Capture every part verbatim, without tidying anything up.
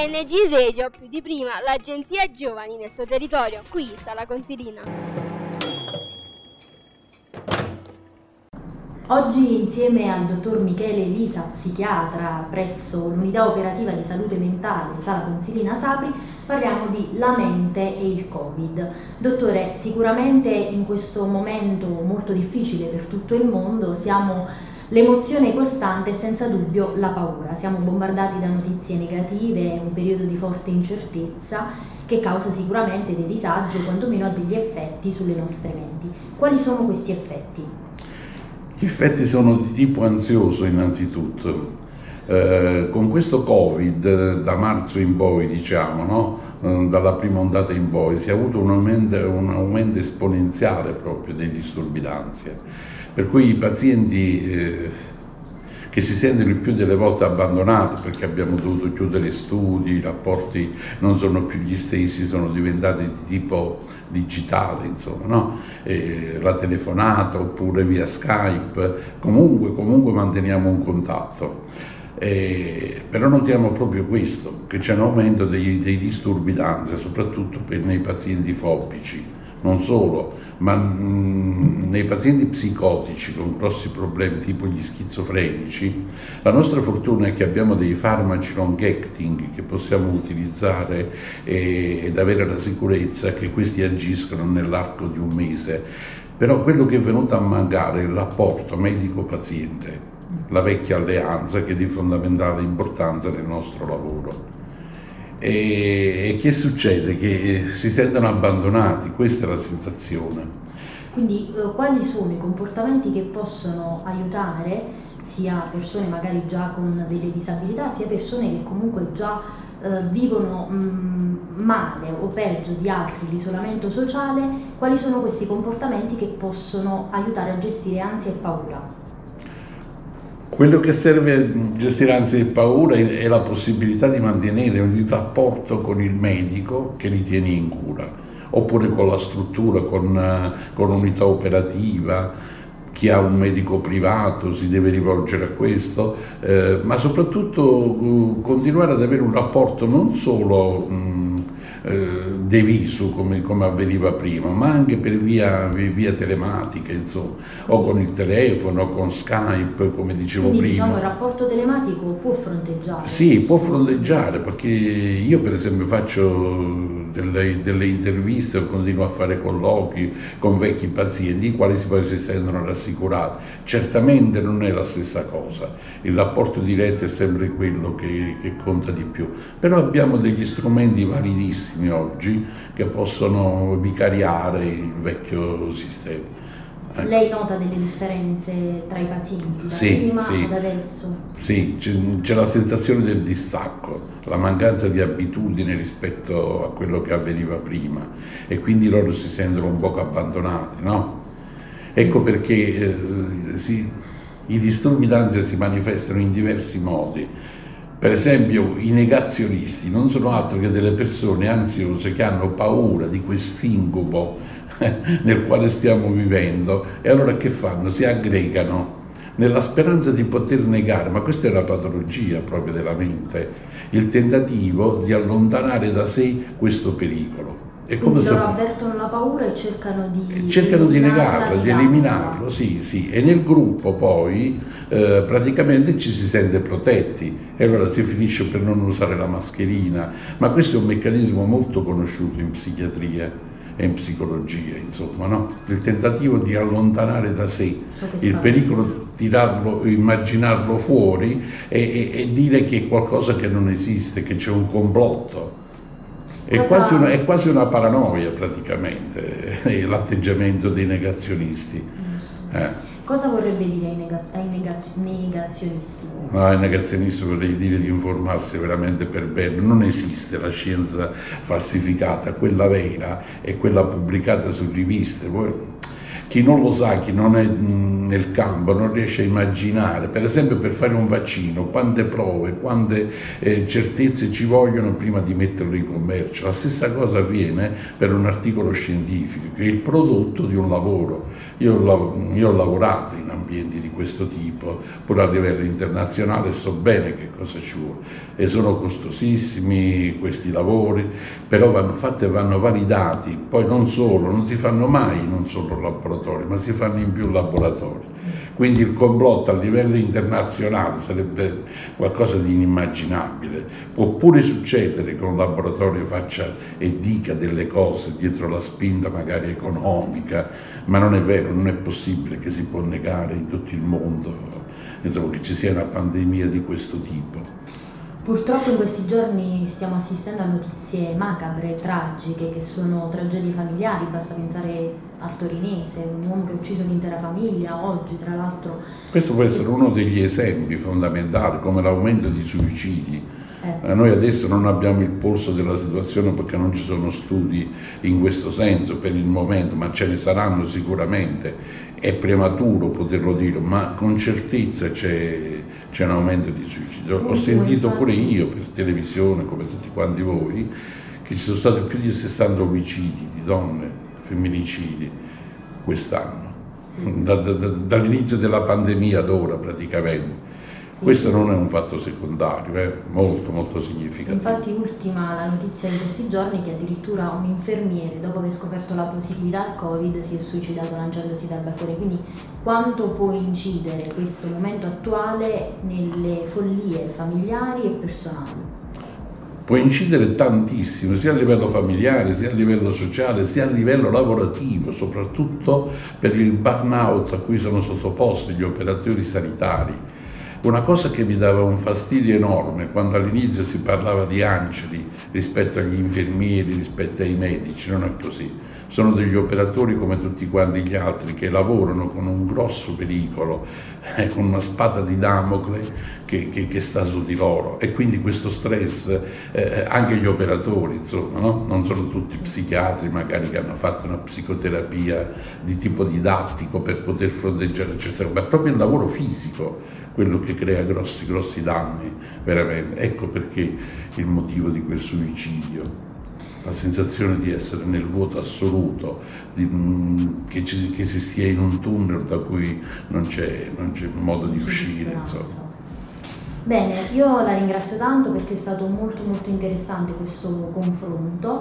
A N G Radio, più di prima, l'agenzia giovani nel tuo territorio. Qui Sala Consilina. Oggi insieme al dottor Michele Elisa, psichiatra presso l'unità operativa di salute mentale Sala Consilina Sapri, parliamo di la mente e il Covid. Dottore, sicuramente in questo momento molto difficile per tutto il mondo siamo l'emozione costante e senza dubbio la paura. Siamo bombardati da notizie negative, è un periodo di forte incertezza che causa sicuramente dei disagi o quantomeno ha degli effetti sulle nostre menti. Quali sono questi effetti? Gli effetti sono di tipo ansioso innanzitutto. Eh, con questo Covid da marzo in poi, diciamo, no? Eh, dalla prima ondata in poi, si è avuto un aumento, un aumento esponenziale proprio dei disturbi d'ansia, per cui i pazienti eh, che si sentono il più delle volte abbandonati perché abbiamo dovuto chiudere studi, i rapporti non sono più gli stessi, sono diventati di tipo digitale, insomma, no? E la telefonata oppure via Skype, comunque, comunque manteniamo un contatto. Eh, però notiamo proprio questo, che c'è un aumento dei, dei disturbi d'ansia, soprattutto per, nei pazienti fobici, non solo, ma mh, nei pazienti psicotici con grossi problemi tipo gli schizofrenici. La nostra fortuna è che abbiamo dei farmaci long acting che possiamo utilizzare e, ed avere la sicurezza che questi agiscono nell'arco di un mese. Però quello che è venuto a mancare è il rapporto medico-paziente, la vecchia alleanza che è di fondamentale importanza nel nostro lavoro. E che succede? Che si sentono abbandonati, questa è la sensazione. Quindi eh, quali sono i comportamenti che possono aiutare sia persone magari già con delle disabilità, sia persone che comunque già eh, vivono mh, male o peggio di altri l'isolamento sociale? Quali sono questi comportamenti che possono aiutare a gestire ansia e paura? Quello che serve a gestire ansia e paura è la possibilità di mantenere un rapporto con il medico che li tiene in cura, oppure con la struttura, con, con l'unità operativa. Chi ha un medico privato si deve rivolgere a questo, eh, ma soprattutto uh, continuare ad avere un rapporto non solo mh, eh, de visu come, come avveniva prima, ma anche per via, via telematica, insomma, o con il telefono, o con Skype, come dicevo Quindi, prima. Diciamo il rapporto telematico può fronteggiare? Sì, può fronteggiare, perché io per esempio faccio delle, delle interviste o continuo a fare colloqui con vecchi pazienti, i quali poi si sentono rassicurati. Certamente non è la stessa cosa, il rapporto diretto è sempre quello che, che conta di più, però abbiamo degli strumenti validissimi oggi che possono vicariare il vecchio sistema. Ecco. Lei nota delle differenze tra i pazienti, da sì, prima sì. ad adesso? Sì, c'è la sensazione del distacco, la mancanza di abitudine rispetto a quello che avveniva prima e quindi loro si sentono un poco abbandonati, no? Ecco perché eh, si, i disturbi d'ansia si manifestano in diversi modi. Per esempio i negazionisti non sono altro che delle persone ansiose che hanno paura di quest'incubo nel quale stiamo vivendo e allora che fanno? Si aggregano nella speranza di poter negare, ma questa è la patologia proprio della mente, il tentativo di allontanare da sé questo pericolo. È come Quindi se loro avvertono la paura e cercano di cercano di negarlo, negarla. di eliminarlo, sì, sì, e nel gruppo poi eh, praticamente ci si sente protetti e allora si finisce per non usare la mascherina, ma questo è un meccanismo molto conosciuto in psichiatria e in psicologia, insomma, no? Il tentativo di allontanare da sé il pericolo, tirarlo, immaginarlo fuori e, e, e dire che è qualcosa che non esiste, che c'è un complotto. È quasi, una, è quasi una paranoia praticamente, l'atteggiamento dei negazionisti. Eh. Cosa vorrebbe dire ai, nega ai negaz negazionisti? No, ai negazionisti vorrei dire di informarsi veramente per bene. Non esiste la scienza falsificata, quella vera è quella pubblicata su riviste. chi non lo sa, chi non è mh, nel campo, non riesce a immaginare, per esempio per fare un vaccino, quante prove, quante eh, certezze ci vogliono prima di metterlo in commercio. La stessa cosa avviene per un articolo scientifico, che è il prodotto di un lavoro. Io ho, io ho lavorato in ambienti di questo tipo, pure a livello internazionale, so bene che cosa ci vuole. E sono costosissimi questi lavori, però vanno fatti e vanno validati. Poi non solo, non si fanno mai in un solo laboratorio, ma si fanno in più laboratori. Quindi il complotto a livello internazionale sarebbe qualcosa di inimmaginabile. Può pure succedere che un laboratorio faccia e dica delle cose dietro la spinta magari economica, ma non è vero, non è possibile, che si può negare in tutto il mondo, insomma, che ci sia una pandemia di questo tipo. Purtroppo in questi giorni stiamo assistendo a notizie macabre, tragiche, che sono tragedie familiari. Basta pensare al torinese, un uomo che ha ucciso l'intera famiglia, oggi tra l'altro. Questo può essere uno degli esempi fondamentali, come l'aumento di suicidi. Eh. Noi adesso non abbiamo il polso della situazione perché non ci sono studi in questo senso per il momento, ma ce ne saranno sicuramente. È prematuro poterlo dire, ma con certezza c'è un aumento di suicidi. Ho sentito pure io per televisione, come tutti quanti voi, che ci sono stati più di sessanta omicidi di donne, femminicidi quest'anno, sì. da, da, da, dall'inizio della pandemia ad ora praticamente. Sì. Questo non è un fatto secondario, è eh? molto molto significativo. Infatti ultima la notizia di questi giorni che addirittura un infermiere, dopo aver scoperto la positività al Covid, si è suicidato lanciandosi dal balcone. Quindi quanto può incidere questo momento attuale nelle follie familiari e personali? Può incidere tantissimo, sia a livello familiare, sia a livello sociale, sia a livello lavorativo, soprattutto per il burnout a cui sono sottoposti gli operatori sanitari. Una cosa che mi dava un fastidio enorme quando all'inizio si parlava di angeli rispetto agli infermieri, rispetto ai medici, non è così. Sono degli operatori come tutti quanti gli altri che lavorano con un grosso pericolo, eh, con una spada di Damocle che, che, che sta su di loro, e quindi questo stress, eh, anche gli operatori, insomma, no? Non sono tutti psichiatri magari che hanno fatto una psicoterapia di tipo didattico per poter fronteggiare, eccetera, ma è proprio il lavoro fisico quello che crea grossi, grossi danni, veramente. Ecco perché il motivo di quel suicidio, la sensazione di essere nel vuoto assoluto, di, mh, che, ci, che si stia in un tunnel da cui non c'è modo di uscire, insomma. Bene, io la ringrazio tanto perché è stato molto molto interessante questo confronto,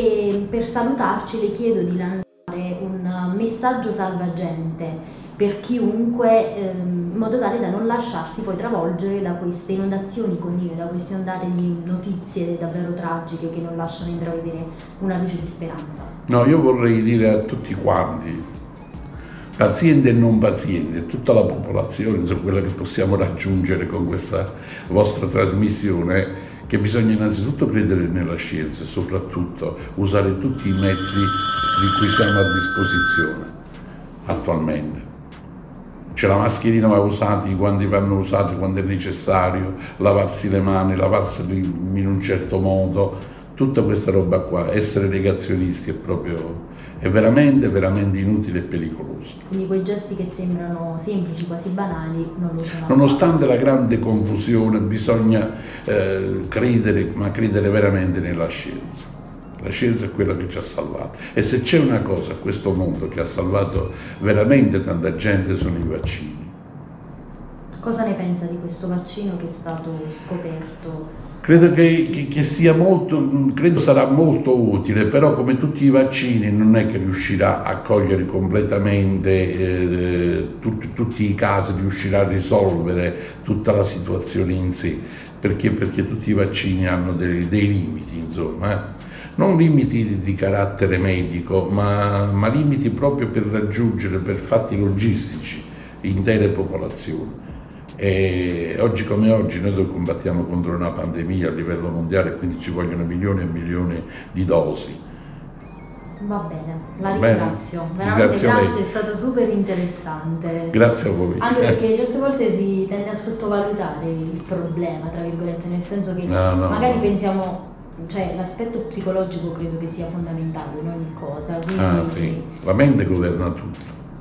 e per salutarci le chiedo di lanciare un messaggio salvagente per chiunque, ehm, in modo tale da non lasciarsi poi travolgere da queste inondazioni continue, da queste ondate di notizie davvero tragiche che non lasciano intravedere una luce di speranza. No, io vorrei dire a tutti quanti, pazienti e non pazienti, e tutta la popolazione, insomma, quella che possiamo raggiungere con questa vostra trasmissione, che bisogna innanzitutto credere nella scienza e soprattutto usare tutti i mezzi di cui siamo a disposizione attualmente. C'è la mascherina, va usati quando vanno usati, quando è necessario, lavarsi le mani, lavarsi in un certo modo, tutta questa roba qua. Essere negazionisti è proprio, è veramente, veramente inutile e pericoloso. Quindi quei gesti che sembrano semplici, quasi banali, non lo sono. Nonostante la grande confusione, bisogna eh, credere, ma credere veramente nella scienza. La scienza è quella che ci ha salvato, e se c'è una cosa a questo mondo che ha salvato veramente tanta gente sono i vaccini. Cosa ne pensa di questo vaccino che è stato scoperto? Credo che, che, che sia molto, credo sarà molto utile, però come tutti i vaccini non è che riuscirà a cogliere completamente eh, tutti, tutti i casi, riuscirà a risolvere tutta la situazione in sé, perché, perché tutti i vaccini hanno dei, dei limiti, insomma. Eh. Non limiti di carattere medico, ma, ma limiti proprio per raggiungere per fatti logistici intere popolazioni. E oggi come oggi noi combattiamo contro una pandemia a livello mondiale, quindi ci vogliono milioni e milioni di dosi. Va bene, la ringrazio, bene. veramente grazie, è stato super interessante. Grazie a voi. Anche perché certe volte si tende a sottovalutare il problema, tra virgolette, nel senso che no, no, magari no. pensiamo, cioè l'aspetto psicologico credo che sia fondamentale in ogni cosa. Quindi... Ah sì, la mente governa tutto.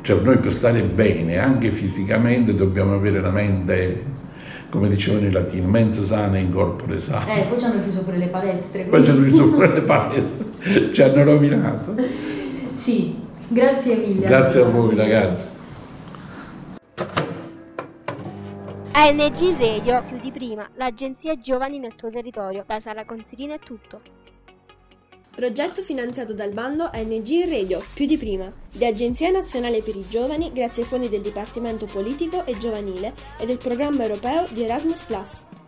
Cioè noi per stare bene, anche fisicamente, dobbiamo avere la mente, come dicevano i latini, mens sana in corpore sano. Eh, poi ci hanno chiuso pure le palestre. Poi ci hanno quindi- chiuso pure le palestre, ci hanno rovinato. Sì, grazie mille. Grazie a voi ragazzi. A N G Radio, più di prima, l'agenzia giovani nel tuo territorio. Da Sala Consilina è tutto. Progetto finanziato dal bando A N G Radio, più di prima, di Agenzia Nazionale per i Giovani grazie ai fondi del Dipartimento Politico e Giovanile e del programma europeo di Erasmus plus.